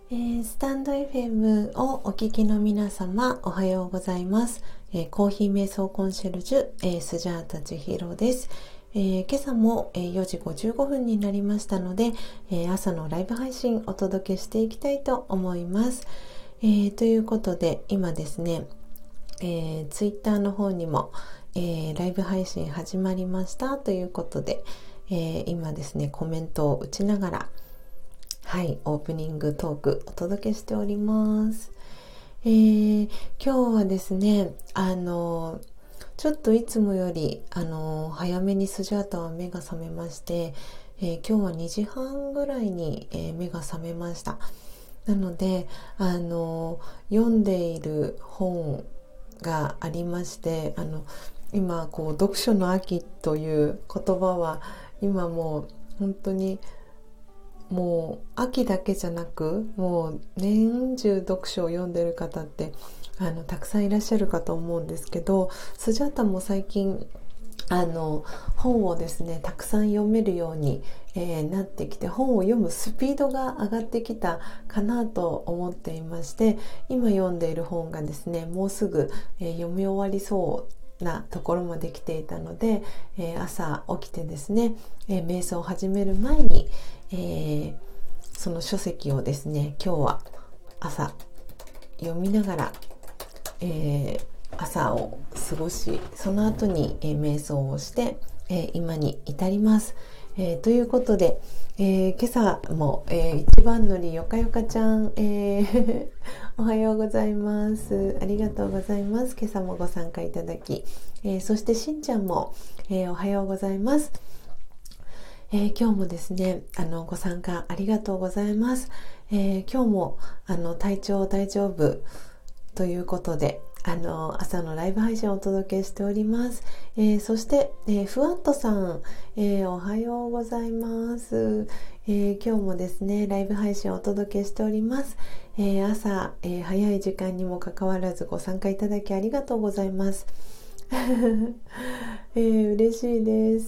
スタンド FM をお聞きの皆様、おはようございます。コーヒー瞑想コンシェルジュ、スジャータ千尋です。今朝も、4時55分になりましたので、朝のライブ配信お届けしていきたいと思います。ということで、今ですね、ツイッターの方にも、ライブ配信始まりましたということで、今ですね、コメントを打ちながらオープニングトークお届けしております。今日はですね、ちょっといつもより早めにスジャータは目が覚めまして、今日は2時半ぐらいに、目が覚めました。なので読んでいる本がありまして、今読書の秋という言葉は今もう本当にもう秋だけじゃなく、もう年中読書を読んでる方ってたくさんいらっしゃるかと思うんですけど、スジャータも最近本をですねたくさん読めるように、なってきて、本を読むスピードが上がってきたかなと思っていまして、今読んでいる本がですねもうすぐ、読み終わりそうなところまで来ていたので、朝起きてですね、瞑想を始める前に、その書籍をですね今日は朝読みながら、朝を過ごし、その後に、瞑想をして、今に至ります。ということで、今朝も、一番乗りよかよかちゃん、おはようございます。ありがとうございます。今朝もご参加いただき、そしてしんちゃんも、おはようございます。今日もですねご参加ありがとうございます。今日も体調大丈夫ということで朝のライブ配信をお届けしております。そして、ふわっとさん、おはようございます。今日もですねライブ配信をお届けしております。朝、早い時間にもかかわらずご参加いただきありがとうございます。嬉しいです。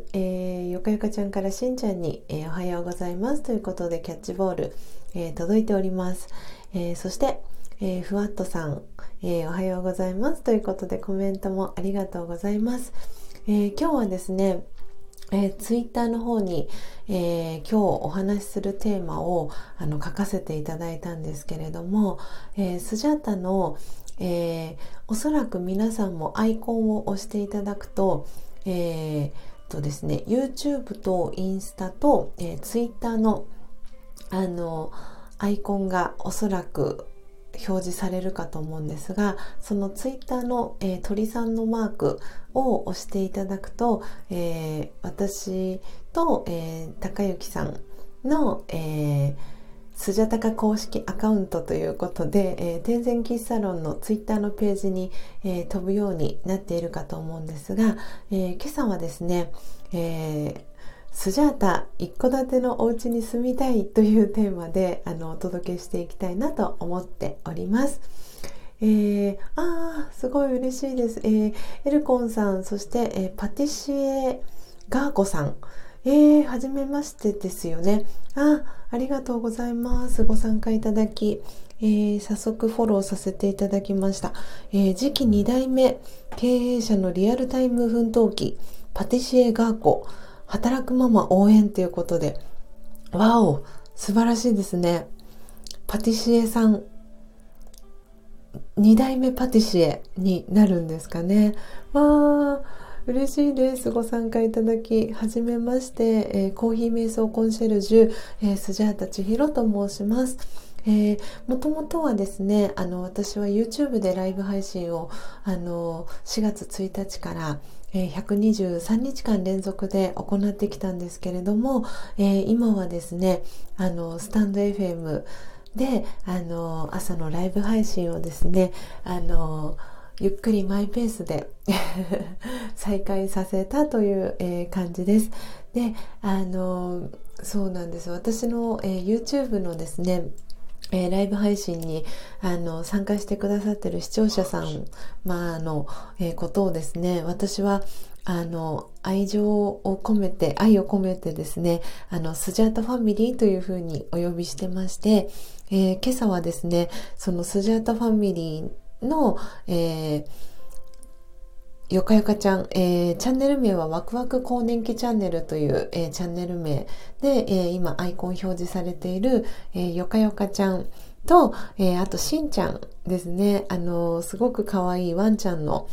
よかよかちゃんからしんちゃんに、おはようございますということでキャッチボール、届いております。そして、ふわっとさん、おはようございますということでコメントもありがとうございます。今日はですねツイッターの方に、今日お話しするテーマを書かせていただいたんですけれども、スジャータの、おそらく皆さんもアイコンを押していただくと、ですね、YouTube とインスタと、Twitter の、アイコンがおそらく表示されるかと思うんですが、その Twitter の、鳥さんのマークを押していただくと、私と、高幸さんの、スジャタカ公式アカウントということで、天然キッサロンのツイッターのページに、飛ぶようになっているかと思うんですが、今朝はですね、スジャータ一戸建てのお家に住みたいというテーマでお届けしていきたいなと思っております。すごい嬉しいです。エルコンさん、そして、パティシエガーコさん、はじめましてですよね。ありがとうございます。ご参加いただき、早速フォローさせていただきました。次期2代目経営者のリアルタイム奮闘記、パティシエガーコ、働くママ応援ということで、わお、素晴らしいですね。パティシエさん、2代目パティシエになるんですかね。わー、嬉しいです。ご参加いただき、はじめまして、コーヒー瞑想コンシェルジュ、スジャータ千尋と申します。もともとはですね、私は YouTube でライブ配信を4月1日から123日間連続で行ってきたんですけれども、今はですねスタンド FM で朝のライブ配信をですねゆっくりマイペースで再開させたという、感じです。でそうなんです。私の、YouTube のですねライブ配信に参加してくださっている視聴者さん、の、ことをですね、私は愛を込めてですね、スジャータファミリーというふうにお呼びしてまして、今朝はですね、そのスジャータファミリーの、よかよかちゃん、チャンネル名はワクワク更年期チャンネルという、チャンネル名で、今アイコン表示されている、よかよかちゃんと、あとしんちゃんですね、すごく可愛いワンちゃんの、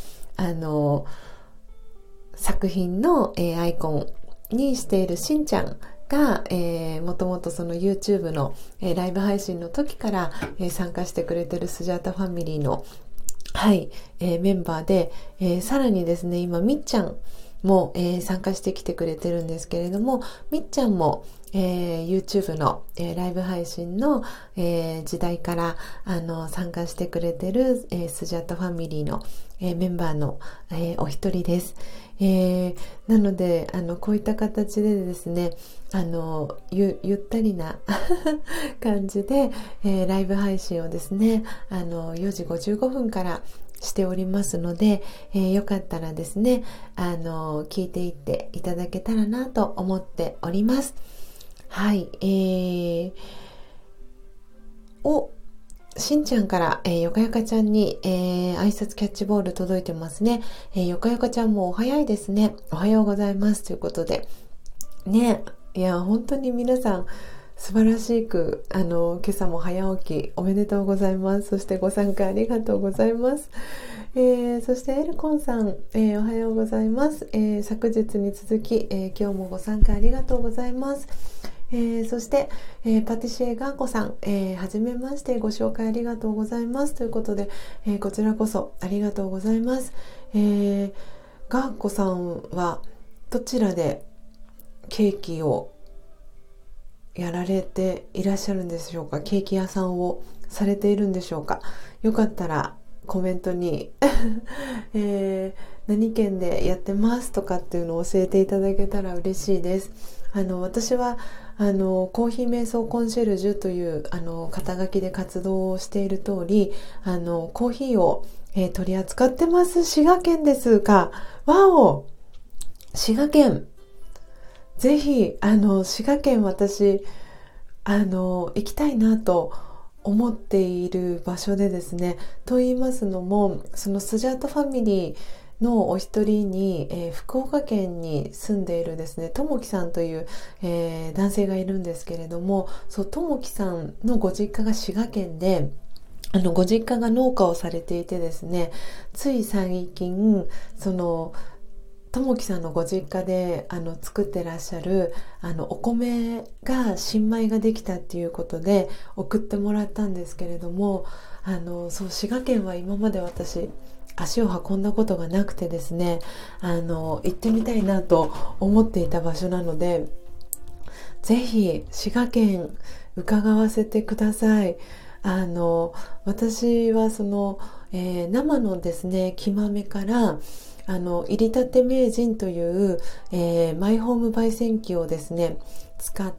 作品の、アイコンにしているしんちゃんが、もともとその YouTube の、ライブ配信の時から、参加してくれてるスジャータファミリーのはい、メンバーで、さらにですね、今みっちゃんも、参加してきてくれてるんですけれども、みっちゃんも、YouTube の、ライブ配信の、時代から参加してくれてる、スジャータファミリーの、メンバーの、お一人です。なのでこういった形でですねゆったりな感じで、ライブ配信をですね4時55分からしておりますので、よかったらですね聞いていっていただけたらなと思っております。はい、しんちゃんから、よかよかちゃんに、挨拶キャッチボール届いてますね。よかよかちゃんもお早いですね。おはようございますということで。ね、いや、本当に皆さん素晴らしく、今朝も早起きおめでとうございます。そしてご参加ありがとうございます。そしてエルコンさん、おはようございます。昨日に続き、今日もご参加ありがとうございます。そして、パティシエガーコさん、はじめましてご紹介ありがとうございますということで、こちらこそありがとうございます。ガーコさんはどちらでケーキをやられていらっしゃるんでしょうか。ケーキ屋さんをされているんでしょうか。よかったらコメントに、何県でやってますとかっていうのを教えていただけたら嬉しいです。私はコーヒー瞑想コンシェルジュという肩書きで活動をしている通りコーヒーを、取り扱ってます。滋賀県ですか。わお、滋賀県、ぜひ滋賀県私行きたいなと思っている場所でですね。と言いますのもそのスジャータファミリーのお一人に、福岡県に住んでいるですねともきさんという、男性がいるんですけれども、そうともきさんのご実家が滋賀県でご実家が農家をされていてですね、つい最近そのともきさんのご実家で作ってらっしゃるお米が新米ができたっていうことで送ってもらったんですけれどもそう滋賀県は今まで私足を運んだことがなくてですね行ってみたいなと思っていた場所なので、ぜひ滋賀県伺わせてください。私はその、生のですね木豆から入りたて名人という、マイホーム焙煎機をですね使って、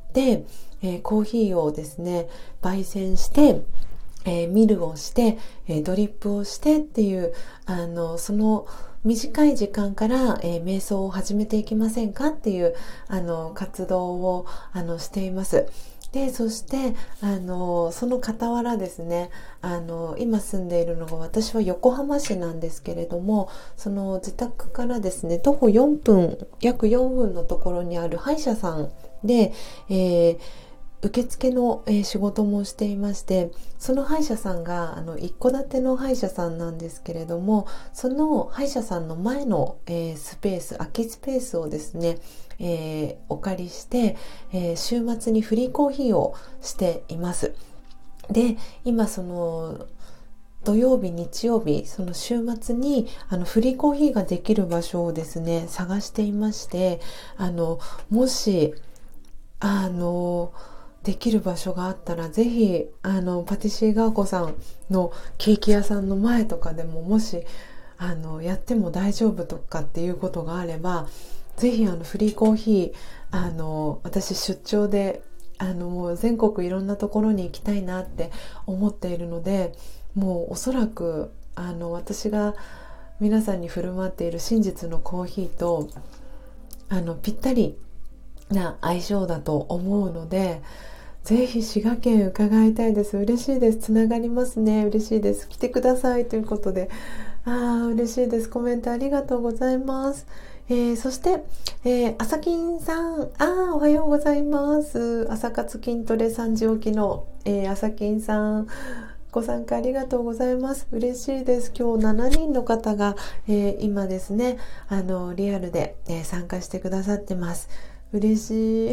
コーヒーをですね焙煎してミルをして、ドリップをしてっていうその短い時間から、瞑想を始めていきませんかっていう活動をしています。でそしてその傍らですね今住んでいるのが私は横浜市なんですけれども、その自宅からですね徒歩約4分のところにある歯医者さんで、受付の、仕事もしていまして、その歯医者さんが一戸建ての歯医者さんなんですけれども、その歯医者さんの前の、スペース、空きスペースをですね、お借りして、週末にフリーコーヒーをしています。で今その土曜日日曜日その週末にフリーコーヒーができる場所をですね探していまして、もしできる場所があったらぜひパティシエガーコさんのケーキ屋さんの前とかでももしやっても大丈夫とかっていうことがあれば、ぜひフリーコーヒー私出張でもう全国いろんなところに行きたいなって思っているので、もうおそらく私が皆さんに振る舞っている真実のコーヒーとぴったりな相性だと思うので、ぜひ滋賀県伺いたいです。嬉しいです。つながりますね。嬉しいです。来てくださいということで、嬉しいです。コメントありがとうございます。そして、あさきんさん、おはようございます。朝活筋トレ3時起きの、あさきんさん、ご参加ありがとうございます。嬉しいです。今日7人の方が、今ですね、リアルで、参加してくださってます。嬉しい。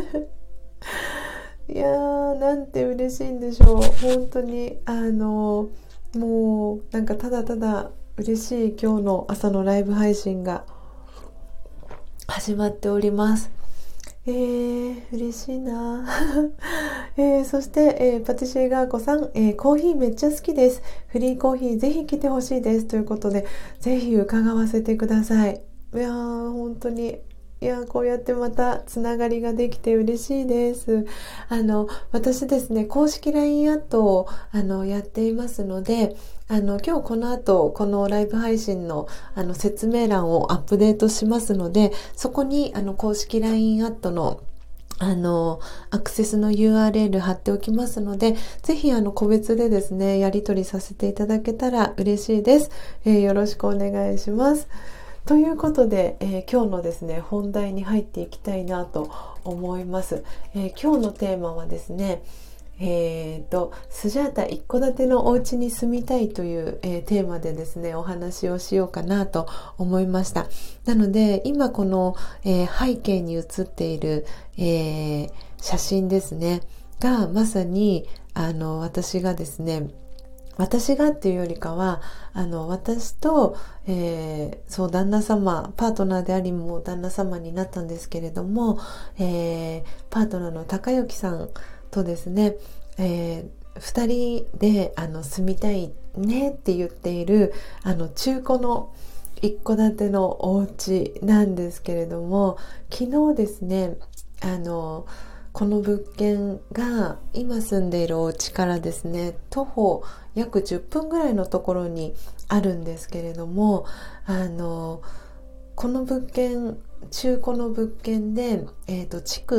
いやー、なんて嬉しいんでしょう。本当に、もう、なんかただただ嬉しい今日の朝のライブ配信が始まっております。嬉しいな、そして、パティシエガーコさん、コーヒーめっちゃ好きです。フリーコーヒーぜひ来てほしいです。ということで、ぜひ伺わせてください。いやー、本当に。こうやってまたつながりができて嬉しいです。私ですね、公式 LINE アットをやっていますので、今日この後このライブ配信の説明欄をアップデートしますので、そこに公式 LINE アットのアクセスの URL 貼っておきますので、ぜひ個別でですね、やり取りさせていただけたら嬉しいです。よろしくお願いします。ということで、今日のですね、本題に入っていきたいなと思います。今日のテーマはですね、スジャータ一戸建てのお家に住みたいという、テーマでですね、お話をしようかなと思いました。なので、今この、背景に写っている、写真ですね、がまさに私がですね、私がっていうよりかは、私と、そう、旦那様、パートナーでありも旦那様になったんですけれども、パートナーの高之さんとですね、二人で、住みたいねって言っている、中古の一戸建てのお家なんですけれども、昨日ですね、この物件が今住んでいるお家からですね、徒歩約10分ぐらいのところにあるんですけれども、この物件、中古の物件で、築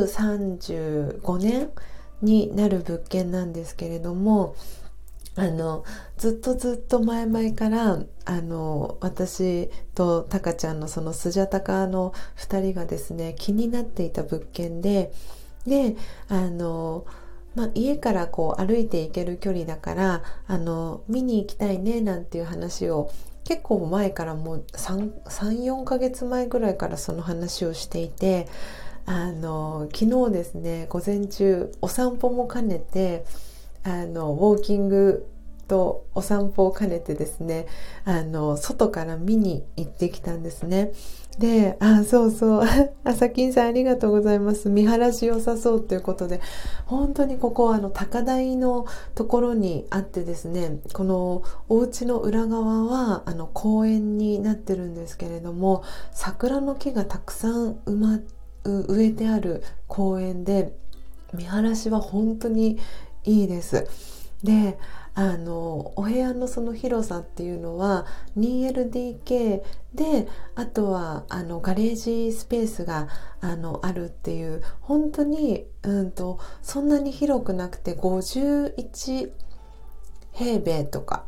35年になる物件なんですけれども、ずっと前々から私とタカちゃんのそのスジャタカの2人がですね、気になっていた物件で、家からこう歩いて行ける距離だから見に行きたいねなんていう話を結構前からもう3、4ヶ月前ぐらいからその話をしていて、昨日ですね、午前中お散歩も兼ねてウォーキングとお散歩を兼ねてですね、外から見に行ってきたんですね。で、そうそう、あさきんさんありがとうございます。見晴らし良さそうということで、本当にここは高台のところにあってですね、このお家の裏側は公園になってるんですけれども、桜の木がたくさん植えてある公園で、見晴らしは本当にいいです。で、お部屋のその広さっていうのは 2LDK で、あとはガレージスペースがあるっていう、本当にそんなに広くなくて51平米とか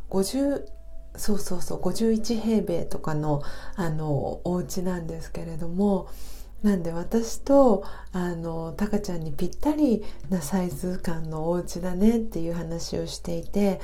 51平米とかのお家なんですけれども、なんで私とタカちゃんにぴったりなサイズ感のお家だねっていう話をしていて、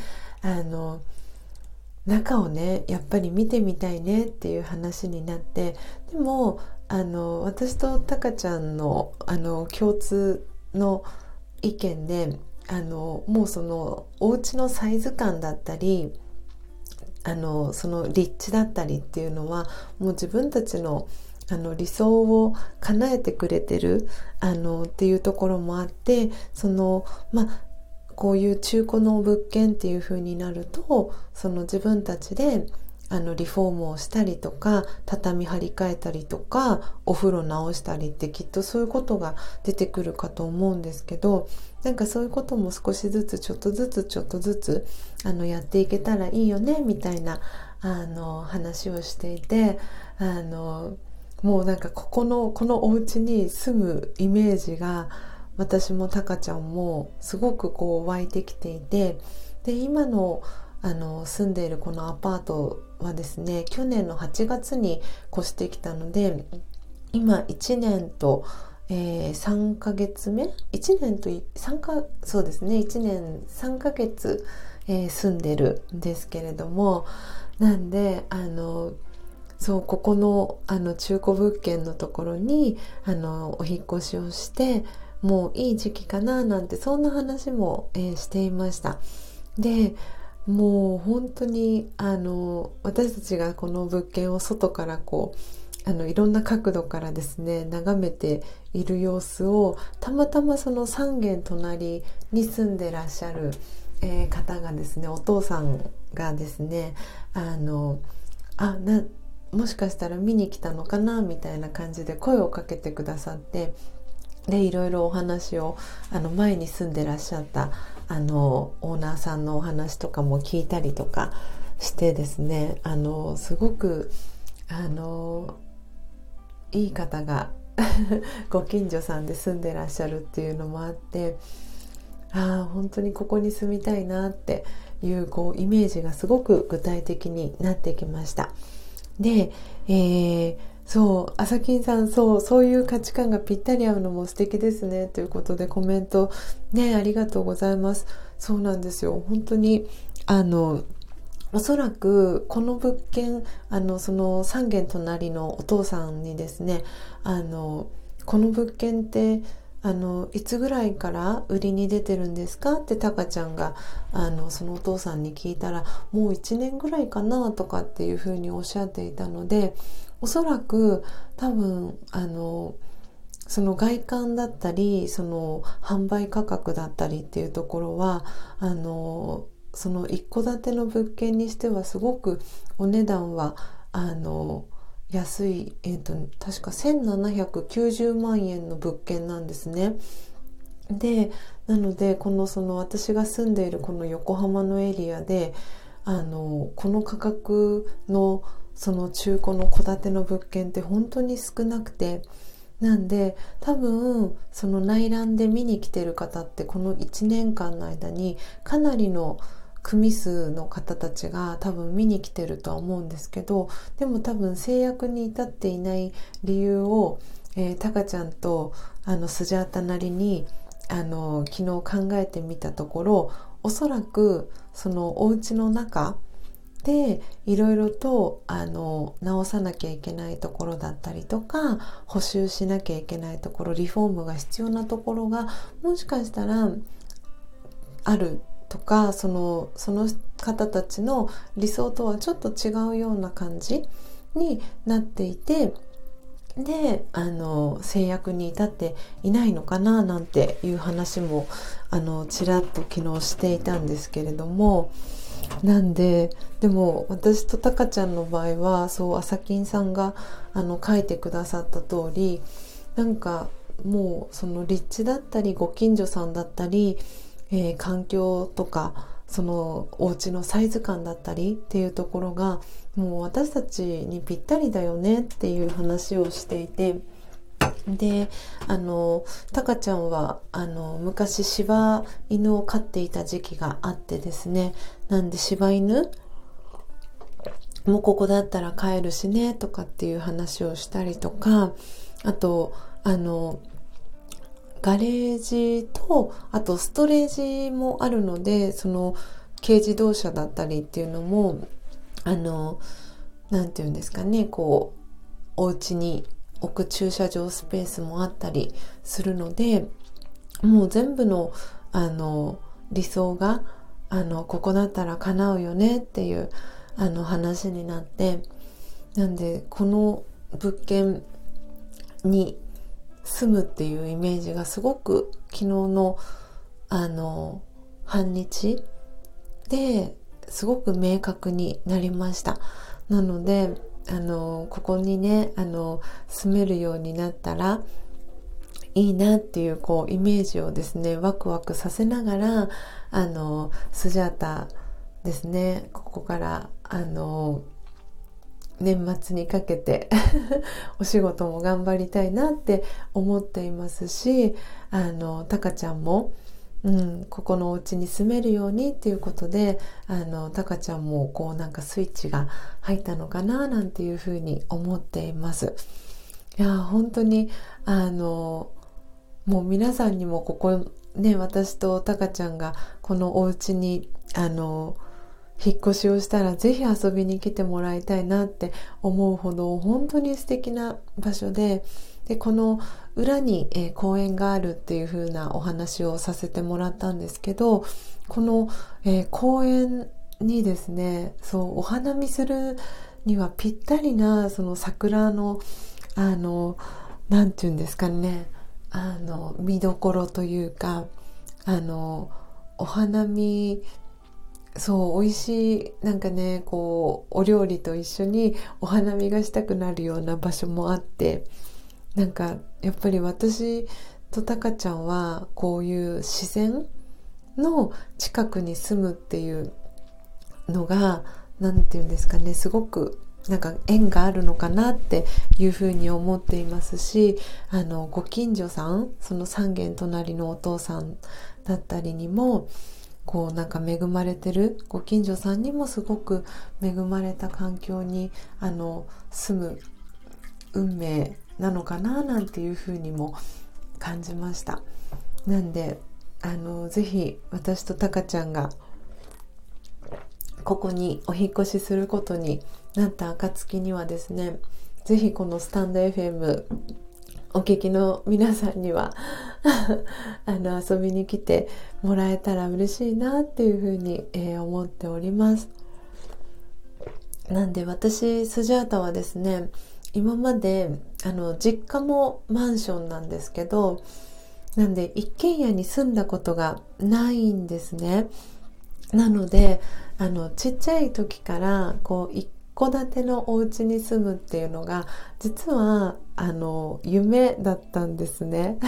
中をねやっぱり見てみたいねっていう話になって、でも私とタカちゃんの共通の意見でもうそのお家のサイズ感だったりその立地だったりっていうのはもう自分たちの理想を叶えてくれてるっていうところもあって、こういう中古の物件っていう風になると、その自分たちでリフォームをしたりとか、畳張り替えたりとか、お風呂直したりって、きっとそういうことが出てくるかと思うんですけど、なんかそういうことも少しずつちょっとずつやっていけたらいいよねみたいな話をしていて、もうなんかこのお家に住むイメージが私もタカちゃんもすごくこう湧いてきていて、で今の住んでいるこのアパートはですね、去年の8月に越してきたので、今1年と、3ヶ月目、1年とそうですね、1年3ヶ月、住んでるんですけれども、なんでそうここの中古物件のところにお引っ越しをして、もういい時期かななんて、そんな話も、していました。でもう本当に私たちがこの物件を外からこういろんな角度からですね眺めている様子を、たまたまその3軒隣に住んでらっしゃる、方がですね、お父さんがですねもしかしたら見に来たのかなみたいな感じで声をかけてくださって、でいろいろお話を前に住んでらっしゃったオーナーさんのお話とかも聞いたりとかしてですね、すごくいい方がご近所さんで住んでらっしゃるっていうのもあって、本当にここに住みたいなっていう、こうイメージがすごく具体的になってきました。で、あさきんさん、そういう価値観がぴったり合うのも素敵ですねということでコメントね、ありがとうございます。そうなんですよ、本当におそらくこの物件その3軒隣のお父さんにですね、この物件っていつぐらいから売りに出てるんですかってタカちゃんがそのお父さんに聞いたら、もう1年ぐらいかなとかっていうふうにおっしゃっていたので、おそらく多分その外観だったり、その販売価格だったりっていうところはその一戸建ての物件にしてはすごくお値段は安い、確か1790万円の物件なんですね。でなのでその私が住んでいるこの横浜のエリアでこの価格のその中古の戸建ての物件って本当に少なくて、なんで多分その内覧で見に来てる方ってこの1年間の間にかなりの組数の方たちが多分見に来てるとは思うんですけど、でも多分制約に至っていない理由を、タカちゃんとスジャータなりに昨日考えてみたところ、おそらくそのお家の中でいろいろと直さなきゃいけないところだったりとか、補修しなきゃいけないところ、リフォームが必要なところがもしかしたらあるとか、その方たちの理想とはちょっと違うような感じになっていて、で制約に至っていないのかななんていう話もちらっと昨日していたんですけれども、なんででも私とタカちゃんの場合はあさきんさんが書いてくださった通り、なんかもうその立地だったりご近所さんだったり、環境とかそのお家のサイズ感だったりっていうところがもう私たちにぴったりだよねっていう話をしていて、でタカちゃんは昔柴犬を飼っていた時期があってですね、なんで柴犬もうここだったら飼えるしねとかっていう話をしたりとか、あとガレージとあとストレージもあるので、その軽自動車だったりっていうのもなんていうんですかね、こうお家に置く駐車場スペースもあったりするので、もう全部の理想がここだったら叶うよねっていう話になって、なんでこの物件に住むっていうイメージがすごく昨日の半日ですごく明確になりました。なのでここにね住めるようになったらいいなっていうイメージをですねワクワクさせながらスジャータですね、ここから年末にかけてお仕事も頑張りたいなって思っていますし、タカちゃんも、ここのお家に住めるようにっていうことで、タカちゃんもこうなんかスイッチが入ったのかななんていうふうに思っています。いや本当にもう皆さんにもここね、私とタカちゃんがこのお家に引っ越しをしたらぜひ遊びに来てもらいたいなって思うほど本当に素敵な場所で、この裏に、公園があるっていう風なお話をさせてもらったんですけど、この、公園にですね、そうお花見するにはぴったりなその桜のなんていうんですかね、見どころというか、お花見、そう美味しいなんかね、こうお料理と一緒にお花見がしたくなるような場所もあって、なんかやっぱり私とタカちゃんはこういう自然の近くに住むっていうのがなんていうんですかね、すごくなんか縁があるのかなっていうふうに思っていますし、ご近所さん、その3軒隣のお父さんだったりにもこうなんか恵まれてるご近所さんにもすごく恵まれた環境に住む運命なのかななんていうふうにも感じました。なんでぜひ私とタカちゃんがここにお引越しすることになった暁にはですね、ぜひこのスタンド FM お聞きの皆さんには遊びに来てもらえたら嬉しいなっていうふうに、思っております。なんで私スジャータはですね、今まで実家もマンションなんですけど、なんで一軒家に住んだことがないんですね。なのでちっちゃい時からこう一戸建てのお家に住むっていうのが実は夢だったんですね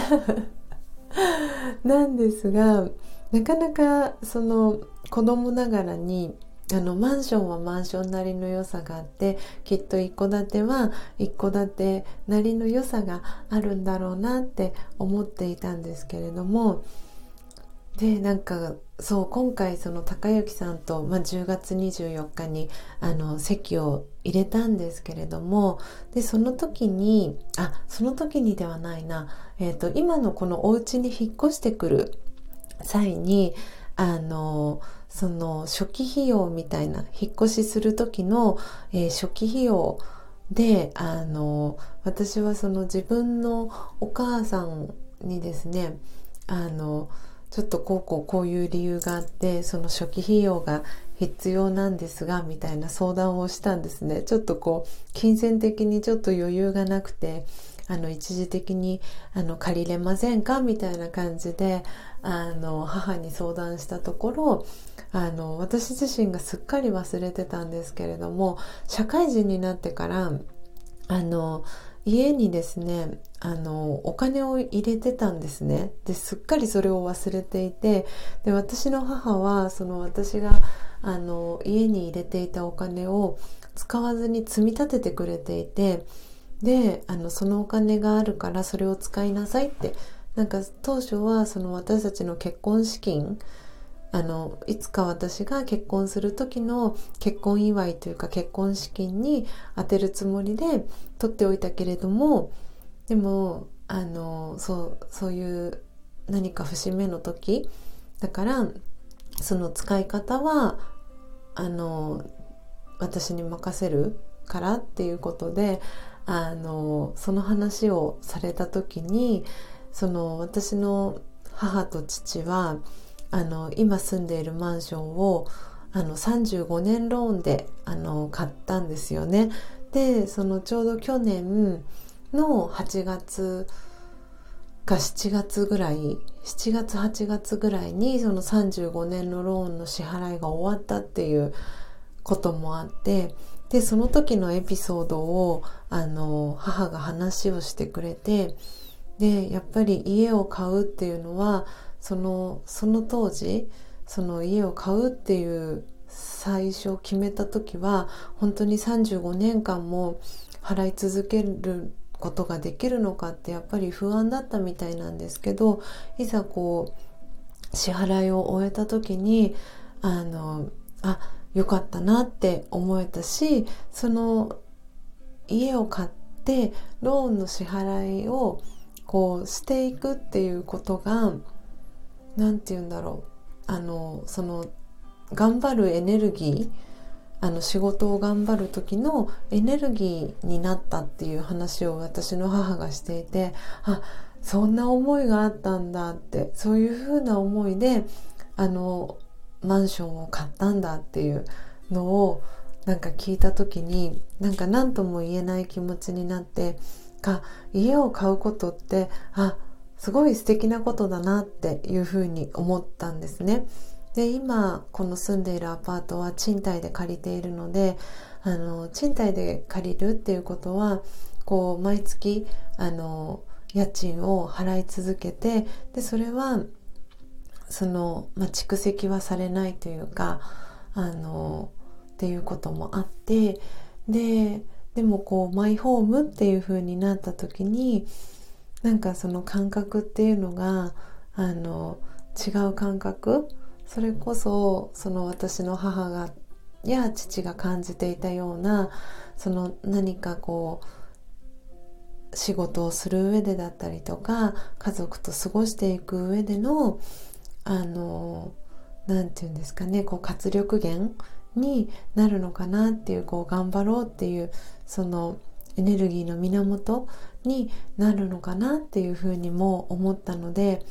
なんですが、なかなかその子供ながらにマンションはマンションなりの良さがあって、きっと一戸建ては一戸建てなりの良さがあるんだろうなって思っていたんですけれども、でなんかそう今回その高之さんと、10月24日に籍を入れたんですけれども、でその時にではないな、今のこのお家に引っ越してくる際にその初期費用みたいな、引っ越しする時の、初期費用で私はその自分のお母さんにですね、ちょっとこういう理由があってその初期費用が必要なんですがみたいな相談をしたんですね。ちょっとこう金銭的にちょっと余裕がなくて一時的に借りれませんかみたいな感じで母に相談したところ、私自身がすっかり忘れてたんですけれども、社会人になってから家にですねお金を入れてたんですね。ですっかりそれを忘れていて、で私の母はその私が家に入れていたお金を使わずに積み立ててくれていて、でそのお金があるからそれを使いなさいって、なんか当初はその私たちの結婚資金、いつか私が結婚する時の結婚祝いというか結婚資金に充てるつもりで取っておいたけれども、でもそういう何か節目の時だからその使い方は私に任せるからっていうことでその話をされた時に、その私の母と父は今住んでいるマンションを35年ローンで買ったんですよね。でそのちょうど去年の8月か7月ぐらい、7月8月ぐらいにその35年のローンの支払いが終わったっていうこともあって、でその時のエピソードを母が話をしてくれて、でやっぱり家を買うっていうのはその当時その家を買うっていう最初決めた時は本当に35年間も払い続けることができるのかってやっぱり不安だったみたいなんですけど、いざ支払いを終えた時によかったなって思えたし、その家を買ってローンの支払いをしていくっていうことが、なんて言うんだろう、その頑張るエネルギー、仕事を頑張る時のエネルギーになったっていう話を私の母がしていて、そんな思いがあったんだって、そういう風な思いでマンションを買ったんだっていうのを聞いた時に何とも言えない気持ちになって、家を買うことってすごい素敵なことだなっていう風に思ったんですね。で、今この住んでいるアパートは賃貸で借りているので、賃貸で借りるっていうことは毎月家賃を払い続けて、でそれは蓄積はされないというかっていうこともあって、でもマイホームっていう風になった時にその感覚っていうのが違う感覚、それこそ私の母や父が感じていたような何か仕事をする上でだったりとか家族と過ごしていく上でのなんていうんですかね、活力源になるのかなっていう、頑張ろうっていうそのエネルギーの源になるのかなっていうふうにも思ったので、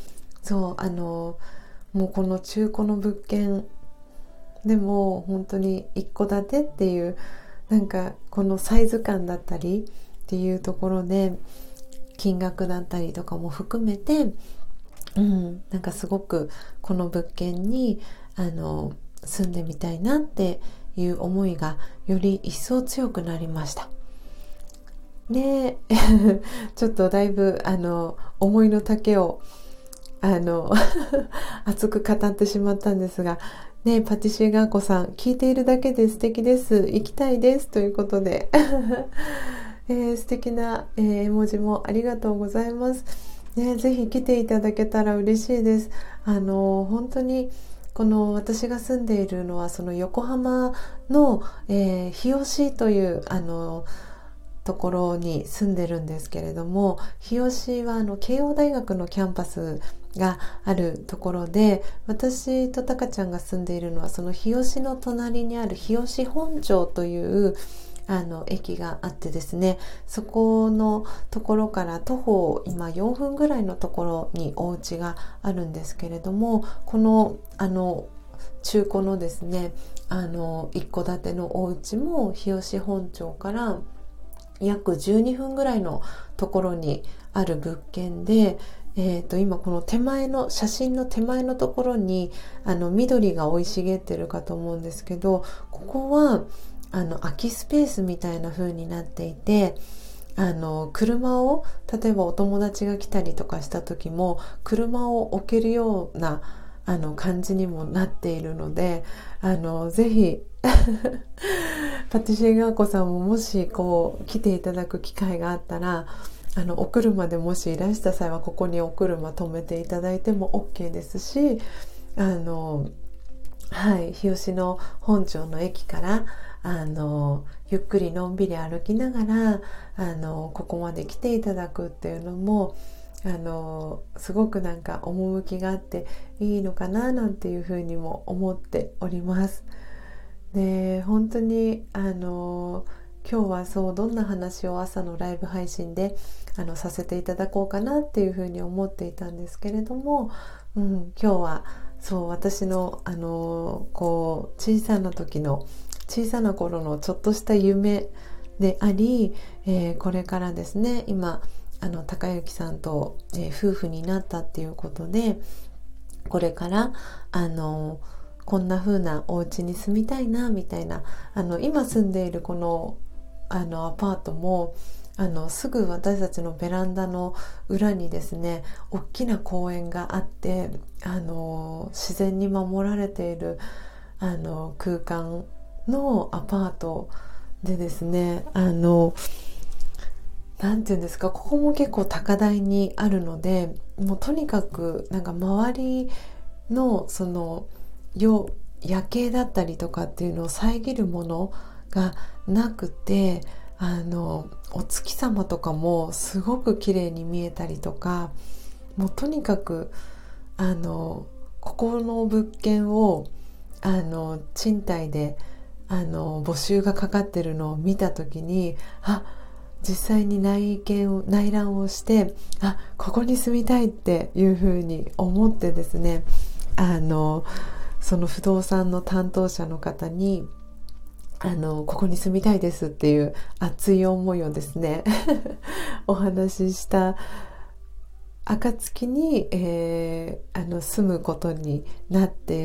もうこの中古の物件でも本当に一戸建てっていうこのサイズ感だったりっていうところで金額だったりとかも含めて、すごくこの物件に住んでみたいなっていう思いがより一層強くなりました。でちょっとだいぶ思いの丈を熱く語ってしまったんですが、パティシエガーコさん、聞いているだけで素敵です、行きたいですということで、素敵な、絵文字もありがとうございます。ぜひ来ていただけたら嬉しいです。本当にこの私が住んでいるのはその横浜の、日吉というところに住んでるんですけれども、日吉は慶応大学のキャンパスがあるところで、私とタカちゃんが住んでいるのはその日吉の隣にある日吉本町という駅があってですね、そこのところから徒歩今4分ぐらいのところにお家があるんですけれども、この中古のですね一戸建てのお家も日吉本町から約12分ぐらいのところにある物件で、今この写真の手前のところに緑が生い茂ってるかと思うんですけど、ここは空きスペースみたいな風になっていて、車を例えばお友達が来たりとかした時も車を置けるような感じにもなっているので、ぜひパティシエガーコさんももし来ていただく機会があったら、お車でもしいらした際はここにお車止めていただいても OK ですし、日吉の本町の駅からゆっくりのんびり歩きながらここまで来ていただくっていうのもすごく趣があっていいのかななんていうふうにも思っております。で、本当に今日はどんな話を朝のライブ配信でさせていただこうかなっていうふうに思っていたんですけれども、今日は私の小さな頃のちょっとした夢であり、これからですね、今高之さんと、夫婦になったっていうことで、これからこんな風なお家に住みたいなみたいな、今住んでいるこのアパートもすぐ私たちのベランダの裏にですね大きな公園があって自然に守られている空間のアパートでですね、なんていうんですか、ここも結構高台にあるので、もうとにかくなんか周りのその夜景だったりとかっていうのを遮るものがなくて、お月様とかもすごく綺麗に見えたりとか、もうとにかくここの物件を賃貸で募集がかかってるのを見た時に、実際に内覧をして、ここに住みたいっていうふうに思ってですね、その不動産の担当者の方にここに住みたいですっていう熱い思いをですねお話しした暁に、住むことにな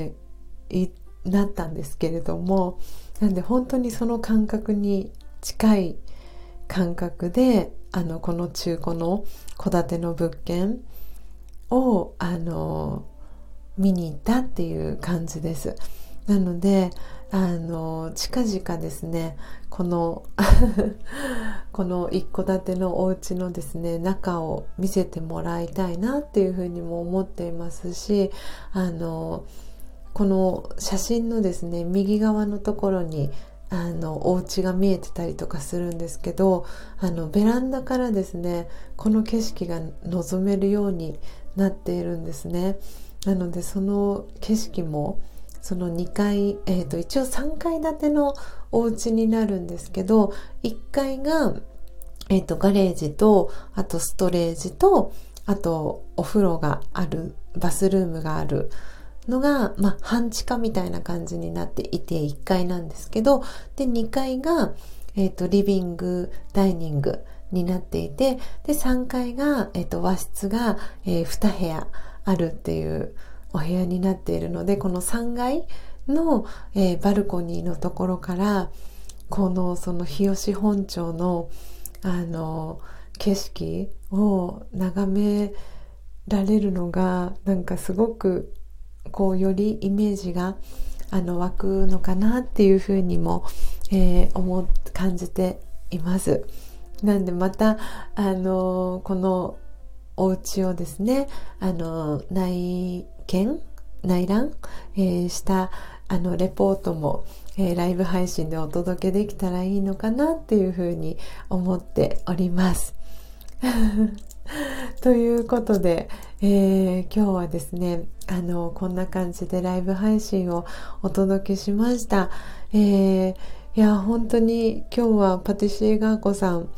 ったんですけれども、なんで本当にその感覚に近い感覚でこの中古の戸建ての物件を見に行ったっていう感じです。なので近々ですね、この一戸建てのお家のですね中を見せてもらいたいなっていうふうにも思っていますし、この写真のですね右側のところにお家が見えてたりとかするんですけど、ベランダからですねこの景色が望めるようになっているんですね。なのでその景色もその2階、一応3階建てのお家になるんですけど、1階が、ガレージと、あとストレージと、あとお風呂がある、バスルームがあるのが、半地下みたいな感じになっていて1階なんですけど、で2階が、リビングダイニングになっていて、で3階が、和室が、2部屋あるっていうお部屋になっているので、この3階の、バルコニーのところからその日吉本町の景色を眺められるのがなんかすごくよりイメージが湧くのかなっていうふうにも、感じています。なんでまたこのお家をですね内覧、したレポートも、ライブ配信でお届けできたらいいのかなっていうふうに思っておりますということで、今日はですねこんな感じでライブ配信をお届けしました。いや本当に今日はパティシエガーコさん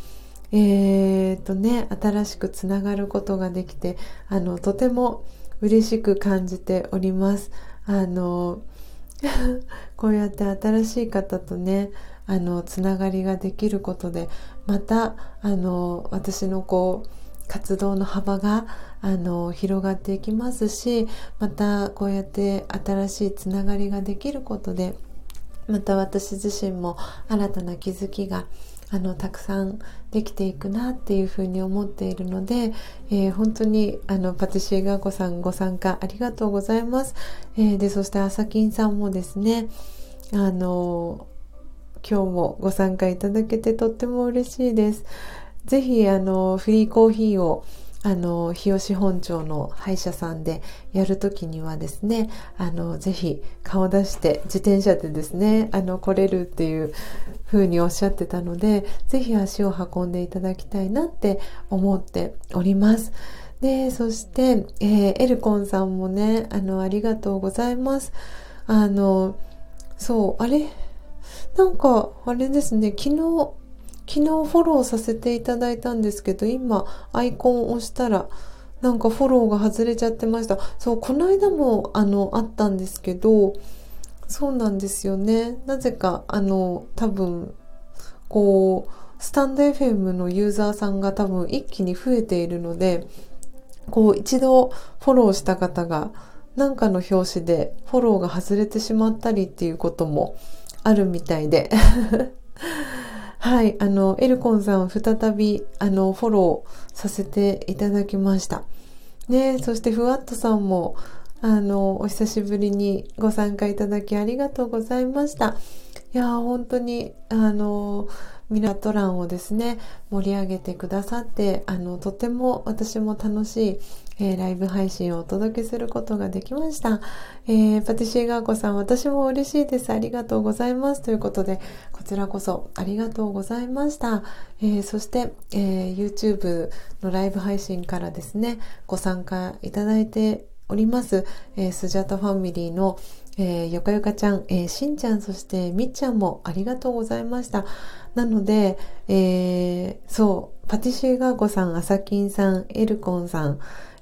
新しくつながることができてとても嬉しく感じております。こうやって新しい方とねつながりができることで、また私の活動の幅が広がっていきますし、またこうやって新しいつながりができることで、また私自身も新たな気づきがたくさんできていくなっていうふうに思っているので、本当にパティシエガーコさんご参加ありがとうございます。でそしてあさきんさんもですね今日もご参加いただけてとっても嬉しいです。ぜひフリーコーヒーを日吉本町の歯医者さんでやるときにはですねぜひ顔出して自転車でですね来れるっていう風におっしゃってたので、ぜひ足を運んでいただきたいなって思っております。でそして、エルコンさんもねありがとうございます。そうあれなんかあれですね、昨日フォローさせていただいたんですけど、今アイコンを押したらなんかフォローが外れちゃってました。そう、この間もあったんですけど、そうなんですよね。なぜか多分スタンド FM のユーザーさんが多分一気に増えているので、一度フォローした方が何かの表紙でフォローが外れてしまったりっていうこともあるみたいではい、エルコンさん再びフォローさせていただきましたね。そしてふわっとさんもお久しぶりにご参加いただきありがとうございました。いや本当にミラト欄をですね盛り上げてくださって、とても私も楽しい、ライブ配信をお届けすることができました。パティシエガーコさん、私も嬉しいです。ありがとうございます。ということで、こちらこそありがとうございました。そして、YouTube のライブ配信からですねご参加いただいております、スジャタファミリーのよかよかちゃん、しんちゃん、そしてみっちゃんもありがとうございました。なので、パティシエガーコさん、あさきんさん、エルコンさん、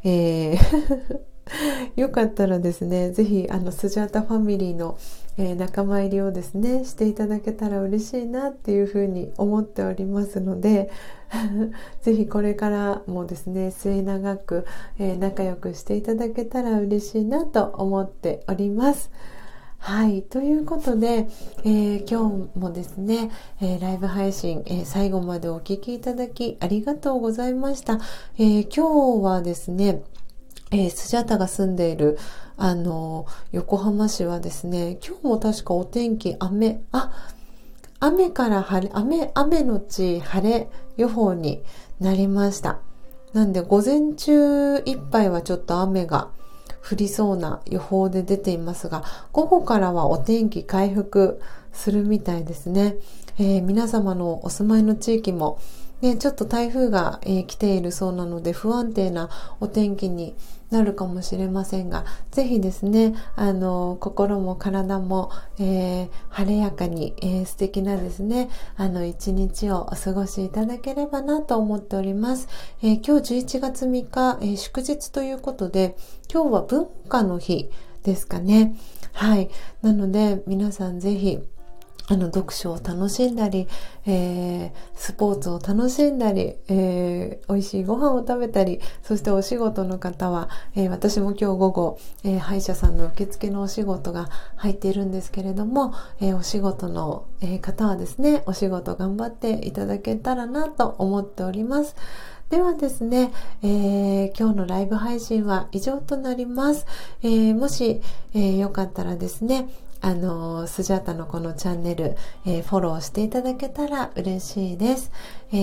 よかったらですね、ぜひスジャタファミリーの、仲間入りをですねしていただけたら嬉しいなっていうふうに思っておりますのでぜひこれからもですね末永く、仲良くしていただけたら嬉しいなと思っております。はい。ということで、今日もですね、ライブ配信、最後までお聞きいただきありがとうございました。今日はですね、スジャタが住んでいる横浜市はですね、今日も確かお天気雨から晴れ、雨のち晴れ予報になりました。なんで午前中いっぱいはちょっと雨が降りそうな予報で出ていますが、午後からはお天気回復するみたいですね。皆様のお住まいの地域もちょっと台風が、来ているそうなので不安定なお天気になるかもしれませんが、ぜひですね、心も体も、晴れやかに、素敵なですね、一日をお過ごしいただければなと思っております。今日11月3日、祝日ということで、今日は文化の日ですかね。はい。なので、皆さんぜひ、読書を楽しんだり、スポーツを楽しんだり、美味しいご飯を食べたり、そしてお仕事の方は、私も今日午後、歯医者さんの受付のお仕事が入っているんですけれども、お仕事の、方はですね、お仕事頑張っていただけたらなと思っております。ではですね、今日のライブ配信は以上となります。もし、よかったらですね、スジャータのこのチャンネル、フォローしていただけたら嬉しいです。マ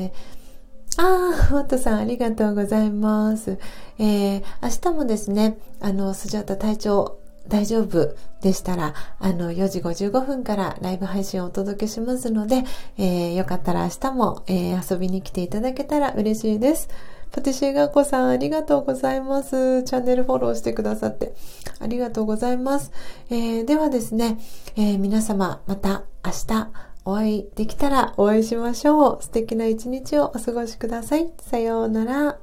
ットさんありがとうございます。明日もですね、スジャータ体調大丈夫でしたら、4時55分からライブ配信をお届けしますので、よかったら明日も、遊びに来ていただけたら嬉しいです。パティシエガーコさんありがとうございます。チャンネルフォローしてくださってありがとうございます。ではですね、皆様また明日お会いできたらお会いしましょう。素敵な一日をお過ごしください。さようなら。